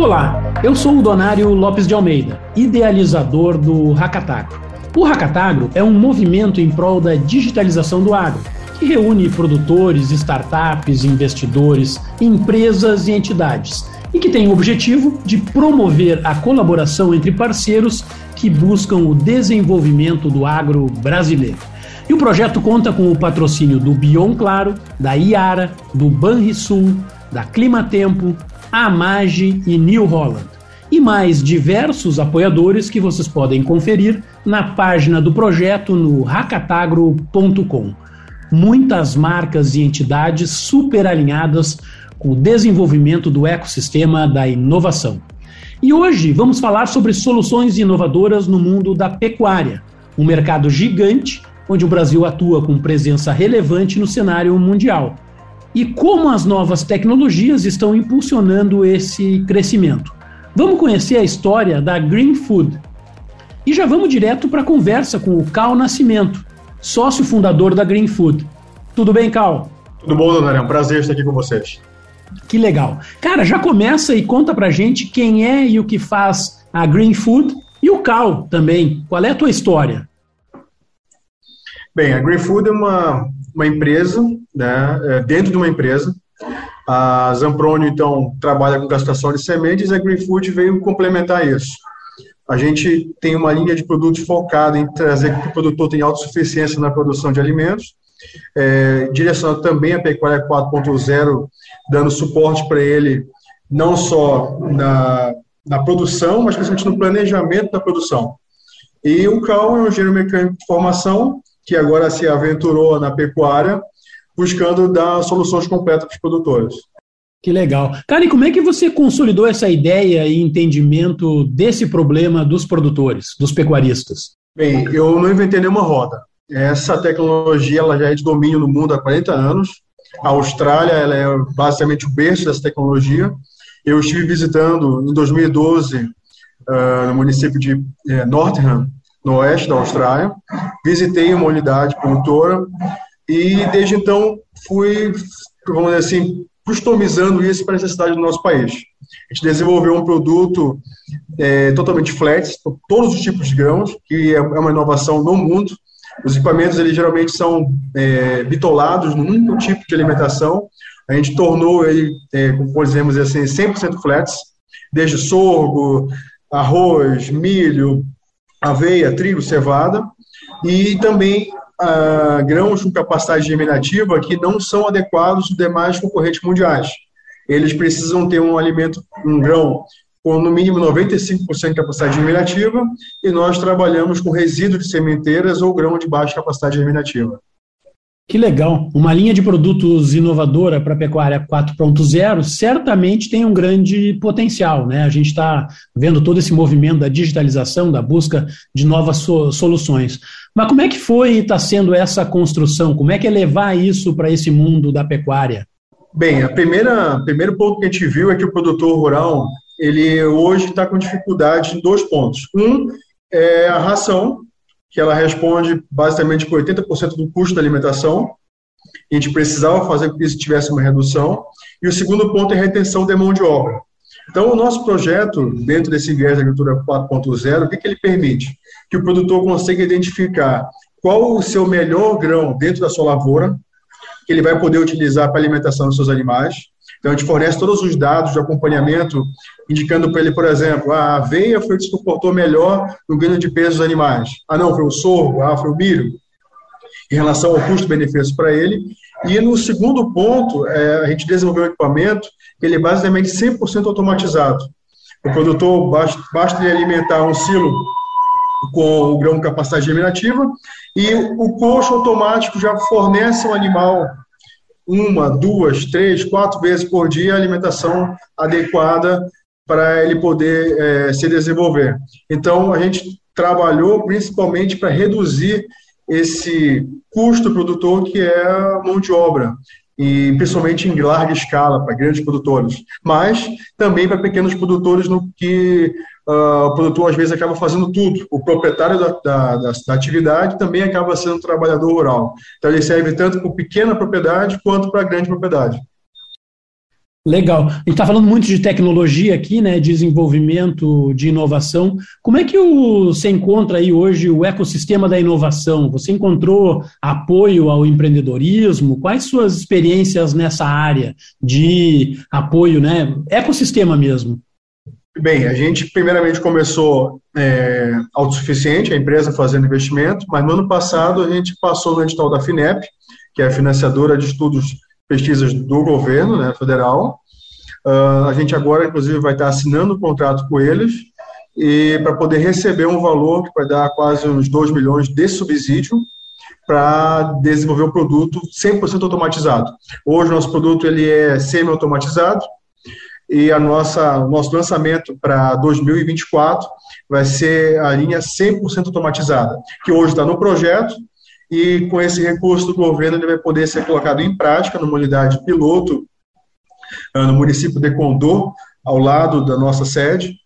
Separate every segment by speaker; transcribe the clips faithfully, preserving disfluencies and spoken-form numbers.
Speaker 1: Olá, eu sou o Donário Lopes de Almeida, idealizador do Hackatagro. O Hackatagro é um movimento em prol da digitalização do agro, que reúne produtores, startups, investidores, empresas e entidades, e que tem o objetivo de promover a colaboração entre parceiros que buscam o desenvolvimento do agro brasileiro. E o projeto conta com o patrocínio do Bion Claro, da Iara, do Banrisul, da Climatempo, Amage e New Holland, e mais diversos apoiadores que vocês podem conferir na página do projeto no hackatagro ponto com. Muitas marcas e entidades super alinhadas com o desenvolvimento do ecossistema da inovação. E hoje vamos falar sobre soluções inovadoras no mundo da pecuária, um mercado gigante onde o Brasil atua com presença relevante no cenário mundial. E como as novas tecnologias estão impulsionando esse crescimento. Vamos conhecer a história da Green Food. E já vamos direto para a conversa com o Cal Nascimento, sócio fundador da Green Food. Tudo bem, Cal?
Speaker 2: Tudo bom, Donário? É um prazer estar aqui com vocês.
Speaker 1: Que legal. Cara, já começa e conta pra gente quem é e o que faz a Green Food e o Cal também. Qual é a tua história?
Speaker 2: Bem, a Green Food é uma, uma empresa, né, é dentro de uma empresa. A Zampronio, então, trabalha com captação de sementes e a Green Food veio complementar isso. A gente tem uma linha de produtos focada em trazer que o produtor tenha autossuficiência na produção de alimentos, é, direcionado também à pecuária quatro ponto zero, dando suporte para ele, não só na, na produção, mas principalmente no planejamento da produção. E o Cal é um engenheiro mecânico de formação, que agora se aventurou na pecuária, buscando dar soluções completas para os produtores.
Speaker 1: Que legal. Cara, e como é que você consolidou essa ideia e entendimento desse problema dos produtores, dos pecuaristas?
Speaker 2: Bem, eu não inventei nenhuma roda. Essa tecnologia ela já é de domínio no mundo há quarenta anos. A Austrália ela é basicamente o berço dessa tecnologia. Eu estive visitando em dois mil e doze uh, no município de uh, Northam, no oeste da Austrália. Visitei uma unidade produtora e desde então fui, vamos dizer assim, customizando isso para a necessidade do nosso país. A gente desenvolveu um produto é, totalmente flat, para todos os tipos de grãos, que é uma inovação no mundo. Os equipamentos, eles geralmente são é, bitolados num único tipo de alimentação. A gente tornou ele, é, como podemos dizer assim, cem por cento flats, desde sorgo, arroz, milho, aveia, trigo, cevada, e também ah, grãos com capacidade germinativa que não são adequados aos demais concorrentes mundiais. Eles precisam ter um alimento, um grão, com no mínimo noventa e cinco por cento de capacidade germinativa, e nós trabalhamos com resíduo de sementeiras ou grão de baixa capacidade germinativa.
Speaker 1: Que legal. Uma linha de produtos inovadora para a pecuária quatro ponto zero certamente tem um grande potencial, né? A gente está vendo todo esse movimento da digitalização, da busca de novas so- soluções. Mas como é que foi e está sendo essa construção? Como é que é levar isso para esse mundo da pecuária?
Speaker 2: Bem, a primeira, o primeiro ponto que a gente viu é que o produtor rural, ele hoje está com dificuldade em dois pontos. Um é a ração, que ela responde basicamente por oitenta por cento do custo da alimentação. A gente precisava fazer com que isso tivesse uma redução. E o segundo ponto é a retenção de mão de obra. Então, o nosso projeto, dentro desse viés da agricultura quatro ponto zero, o que, que ele permite? Que o produtor consiga identificar qual o seu melhor grão dentro da sua lavoura, que ele vai poder utilizar para a alimentação dos seus animais. Então, a gente fornece todos os dados de acompanhamento, indicando para ele, por exemplo, a aveia foi o que se comportou melhor no ganho de peso dos animais. Ah, não, foi o sorgo, ah, foi o milho, em relação ao custo-benefício para ele. E no segundo ponto, é, a gente desenvolveu um equipamento que ele é basicamente cem por cento automatizado. O produtor, basta, basta ele alimentar um silo com o grão com capacidade germinativa e o coxo automático já fornece ao animal uma, duas, três, quatro vezes por dia a alimentação adequada para ele poder é, se desenvolver. Então, a gente trabalhou principalmente para reduzir esse custo produtor que é a mão de obra, e principalmente em larga escala para grandes produtores, mas também para pequenos produtores no que uh, o produtor às vezes acaba fazendo tudo. O proprietário da, da, da, da atividade também acaba sendo um trabalhador rural. Então ele serve tanto para pequena propriedade quanto para grande propriedade.
Speaker 1: Legal. A gente está falando muito de tecnologia aqui, né? Desenvolvimento, de inovação. Como é que o, você encontra aí hoje o ecossistema da inovação? Você encontrou apoio ao empreendedorismo? Quais suas experiências nessa área de apoio, né? Ecossistema mesmo.
Speaker 2: Bem, a gente primeiramente começou é, autossuficiente, a empresa fazendo investimento, mas no ano passado a gente passou no edital da FINEP, que é a financiadora de estudos, pesquisas do governo, né, federal. Uh, a gente agora, inclusive, vai estar assinando um contrato com eles e para poder receber um valor que vai dar quase uns dois milhões de subsídio para desenvolver um produto cem por cento automatizado. Hoje, o nosso produto ele é semi-automatizado e a nossa, o nosso lançamento para dois mil e vinte e quatro vai ser a linha cem por cento automatizada, que hoje está no projeto. E com esse recurso do governo ele vai poder ser colocado em prática numa unidade piloto no município de Condor, ao lado da nossa sede,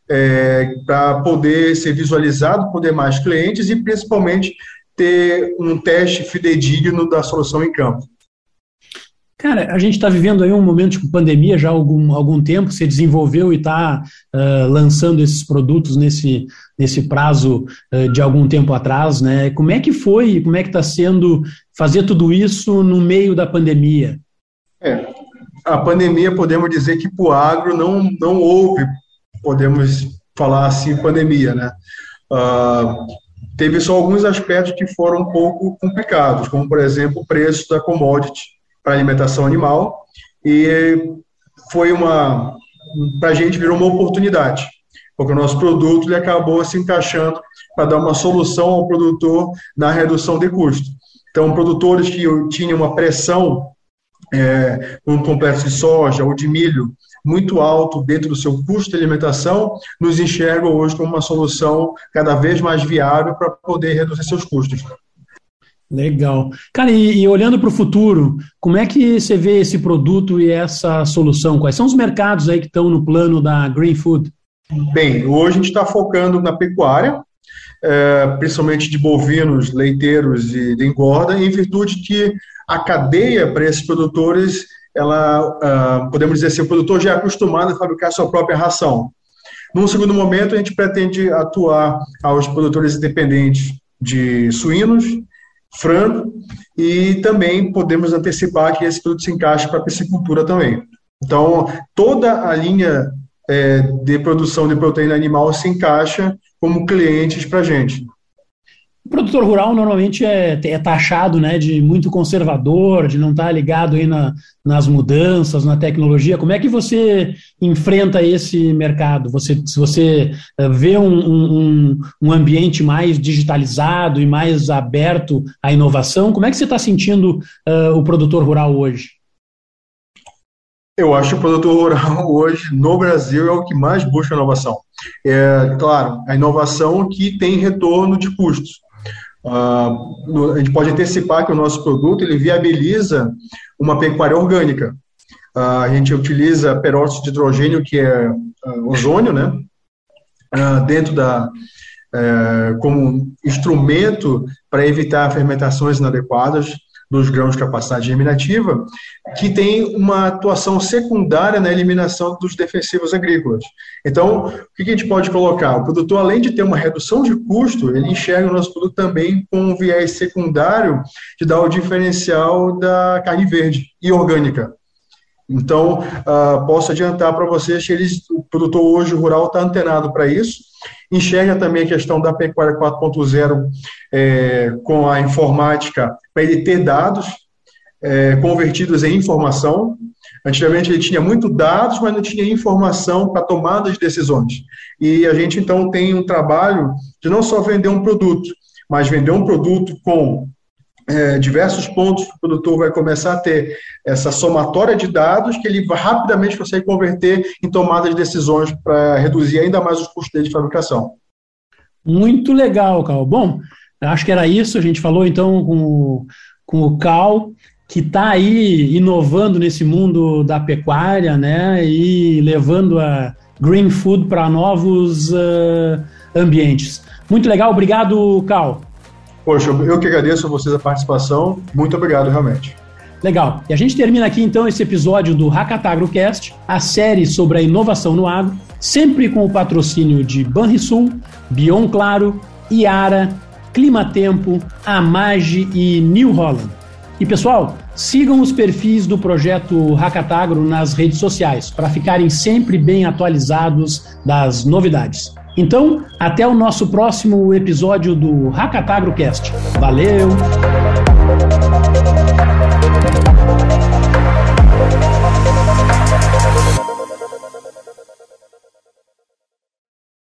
Speaker 2: é, para poder ser visualizado por demais clientes e principalmente ter um teste fidedigno da solução em campo.
Speaker 1: Cara, a gente está vivendo aí um momento de pandemia já há algum, algum tempo, você desenvolveu e está uh, lançando esses produtos nesse, nesse prazo uh, de algum tempo atrás, né? Como é que foi, como é que está sendo fazer tudo isso no meio da pandemia?
Speaker 2: É, a pandemia, podemos dizer que para o agro não, não houve, podemos falar assim, pandemia, né? Uh, teve só alguns aspectos que foram um pouco complicados, como, por exemplo, o preço da commodity para alimentação animal, e foi uma, para a gente virou uma oportunidade, porque o nosso produto ele acabou se encaixando para dar uma solução ao produtor na redução de custo. Então, produtores que tinham uma pressão é, com um complexo de soja ou de milho muito alto dentro do seu custo de alimentação, nos enxergam hoje como uma solução cada vez mais viável para poder reduzir seus custos.
Speaker 1: Legal. Cara, e, e olhando para o futuro, como é que você vê esse produto e essa solução? Quais são os mercados aí que estão no plano da Green Food?
Speaker 2: Bem, hoje a gente está focando na pecuária, é, principalmente de bovinos, leiteiros e de engorda, em virtude que a cadeia para esses produtores, ela, uh, podemos dizer assim, o produtor já é acostumado a fabricar sua própria ração. Num segundo momento, a gente pretende atuar aos produtores independentes de suínos, frango, e também podemos antecipar que esse produto se encaixe para a piscicultura também. Então, toda a linha é, de produção de proteína animal se encaixa como clientes para a gente.
Speaker 1: O produtor rural normalmente é, é taxado, né, de muito conservador, de não estar ligado aí na, nas mudanças, na tecnologia. Como é que você enfrenta esse mercado? Você, se você vê um, um, um ambiente mais digitalizado e mais aberto à inovação, como é que você está sentindo uh, o produtor rural hoje?
Speaker 2: Eu acho que o produtor rural hoje, no Brasil, é o que mais busca inovação. É, claro, a inovação que tem retorno de custos. Uh, a gente pode antecipar que o nosso produto ele viabiliza uma pecuária orgânica. Uh, a gente utiliza peróxido de hidrogênio, que é uh, ozônio, né? Uh, dentro da, uh, como instrumento para evitar fermentações inadequadas dos grãos de capacidade germinativa, que tem uma atuação secundária na eliminação dos defensivos agrícolas. Então, o que a gente pode colocar? O produtor, além de ter uma redução de custo, ele enxerga o nosso produto também com um viés secundário de dar o diferencial da carne verde e orgânica. Então, uh, posso adiantar para vocês que eles, o produtor hoje rural está antenado para isso, enxerga também a questão da pecuária quatro ponto zero é, com a informática, para ele ter dados é, convertidos em informação. Antigamente ele tinha muito dados, mas não tinha informação para tomada de decisões. E a gente então tem um trabalho de não só vender um produto, mas vender um produto com É, diversos pontos que o produtor vai começar a ter essa somatória de dados que ele rapidamente consegue converter em tomada de decisões para reduzir ainda mais os custos dele de fabricação.
Speaker 1: Muito legal, Cal. Bom, acho que era isso. A gente falou então com o, com o Cal, que está aí inovando nesse mundo da pecuária, né, e levando a Green Food para novos uh, ambientes. Muito legal. Obrigado, Cal.
Speaker 2: Poxa, eu que agradeço a vocês a participação. Muito obrigado, realmente.
Speaker 1: Legal. E a gente termina aqui então esse episódio do HackAtagroCast, a série sobre a inovação no agro, sempre com o patrocínio de Banrisul, Bion Claro, Iara, Climatempo, Amage e New Holland. E pessoal, sigam os perfis do projeto HackAtagro nas redes sociais para ficarem sempre bem atualizados das novidades. Então, até o nosso próximo episódio do HackAtagroCast. Valeu!